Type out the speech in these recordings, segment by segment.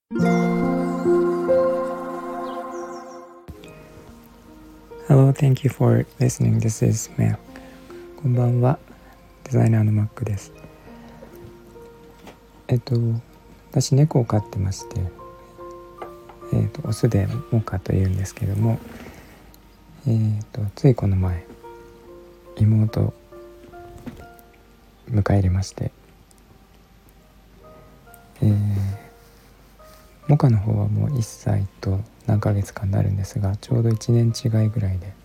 Hello, thank you for listening. This is Mel. こんばんは。デザイナーのマックです。私猫を飼ってまして、オスでモカというんですけども、ついこの前妹を迎え入れまして、モカの方はもう1歳と何ヶ月かになるんですが、ちょうど1年違いぐらいで、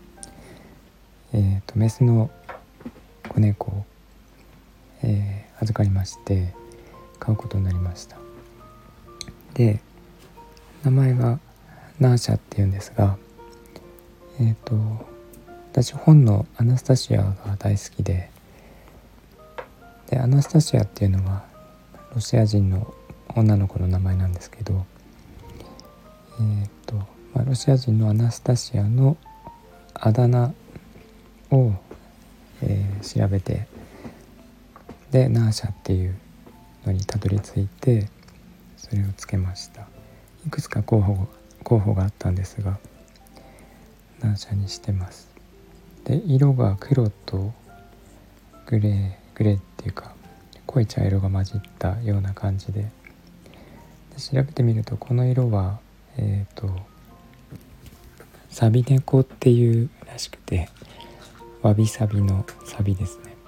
メスの子猫を、預かりまして飼うことになりました。で、名前がナーシャっていうんですが、私本のアナスタシアが大好きで、アナスタシアっていうのはロシア人の女の子の名前なんですけど、ロシア人のアナスタシアのあだ名を、調べて、でナーシャっていうのにたどり着いて、それをつけました。いくつか候補があったんですが、ナーシャにしてます。で、色が黒とグレーっていうか濃い茶色が混じったような感じで、調べてみるとこの色はサビ猫っていうらしくて、わびさびのサビですね。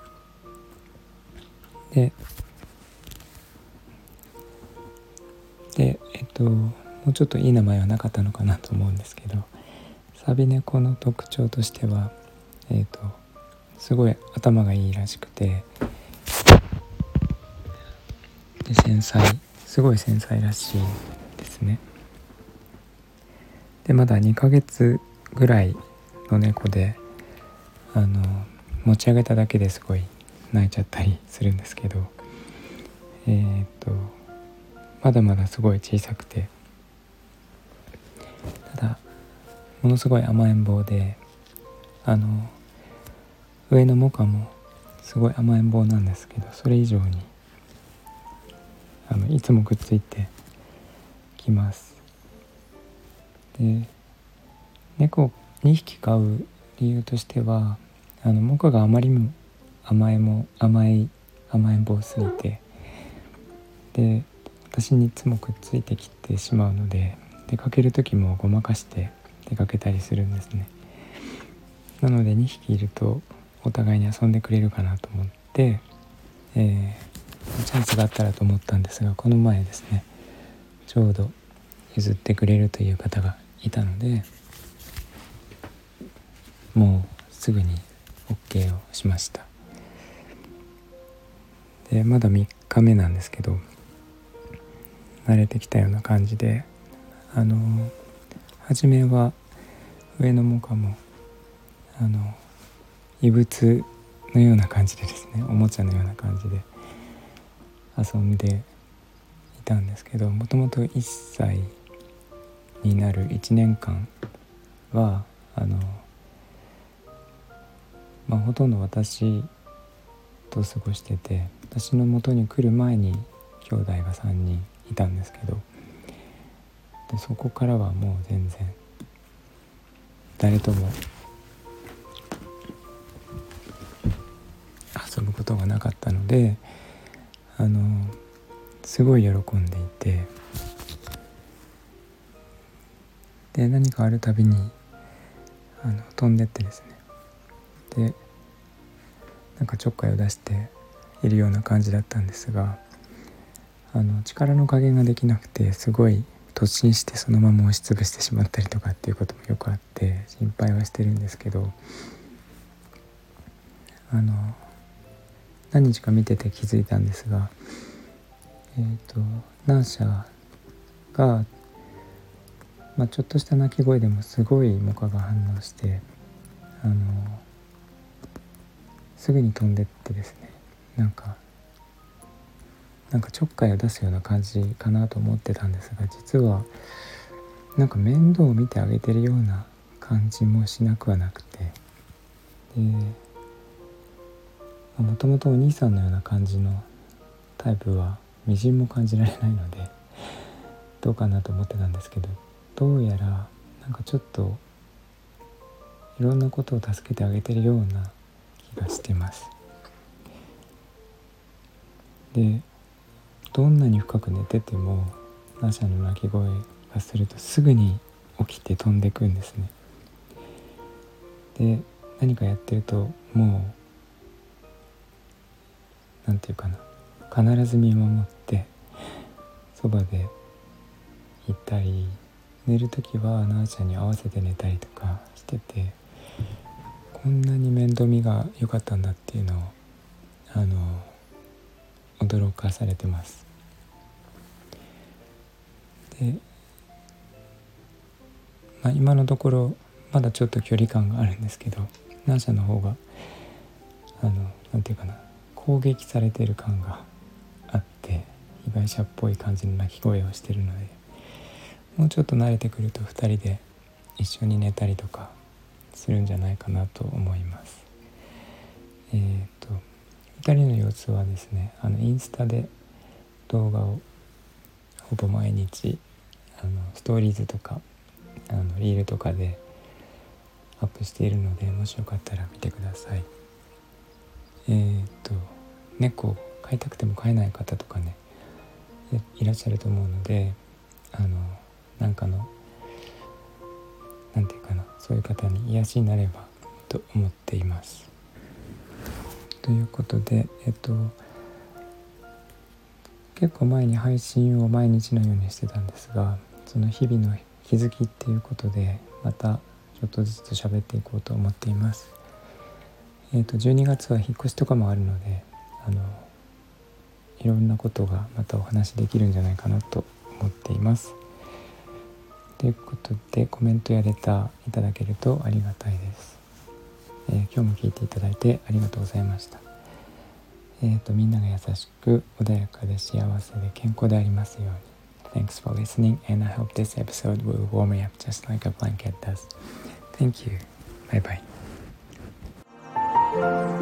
でもうちょっといい名前はなかったのかなと思うんですけど、サビ猫の特徴としてはすごい頭がいいらしくて、ですごい繊細らしいですね。で、まだ2ヶ月ぐらいの猫で、持ち上げただけですごい泣いちゃったりするんですけど、まだまだすごい小さくて、ただものすごい甘えん坊で、上のモカもすごい甘えん坊なんですけど、それ以上にいつもくっついてきます。で、猫2匹飼う理由としては、モカがあまりにも甘えん坊すぎて、で私にいつもくっついてきてしまうので、出かける時もごまかして出かけたりするんですね。なので2匹いるとお互いに遊んでくれるかなと思って、チャンスがあったらと思ったんですが、この前ですね、ちょうど譲ってくれるという方がいたので、もうすぐに OK をしました。で、まだ3日目なんですけど、慣れてきたような感じで、初めは上のモカも異物のような感じでですね、おもちゃのような感じで遊んでいたんですけど、もともと1歳になる1年間はほとんど私と過ごしてて、私の元に来る前に兄弟が3人いたんですけど、でそこからはもう全然誰とも遊ぶことがなかったので、すごい喜んでいて、で何かあるたびに飛んでってですね、でなんかちょっかいを出しているような感じだったんですが、力の加減ができなくて、すごい突進してそのまま押しつぶしてしまったりとかっていうこともよくあって、心配はしてるんですけど、何日か見てて気づいたんですが、ナーシャが、ちょっとした鳴き声でもすごいモカが反応して、すぐに飛んでってですね、なんかちょっかいを出すような感じかなと思ってたんですが、実はなんか面倒を見てあげてるような感じもしなくはなくて、もともとお兄さんのような感じのタイプはみじんも感じられないので、 どうかなと思ってたんですけど、どうやらなんかちょっといろんなことを助けてあげてるような気がしてます。で、どんなに深く寝ててもナシャの鳴き声がするとすぐに起きて飛んでくんですね。で、何かやってるともうなんていうかな、必ず見守ってそばでいたり、寝るときはナーシャに合わせて寝たりとかしてて、こんなに面倒見が良かったんだっていうのを驚かされてます。で、今のところまだちょっと距離感があるんですけど、ナーシャの方がなんていうかな、攻撃されてる感があって被害者っぽい感じの鳴き声をしてるので、もうちょっと慣れてくると2人で一緒に寝たりとかするんじゃないかなと思います。2人の様子はですね、インスタで動画をほぼ毎日ストーリーズとかリールとかでアップしているので、もしよかったら見てください。猫を飼いたくても飼えない方とかねいらっしゃると思うので、なんかのなんていうかな、そういう方に癒しになればと思っています。ということで、結構前に配信を毎日のようにしてたんですが、その日々の気づきっていうことでまたちょっとずつ喋っていこうと思っています。12月は引っ越しとかもあるので、いろんなことがまたお話できるんじゃないかなと思っています。ということで、コメントやレターいただけるとありがたいです。今日も聞いていただいてありがとうございました。みんなが優しく穏やかで幸せで健康でありますように。Thanks for listening, and I hope this episode will warm me up just like a blanket does. Thank you. Bye bye.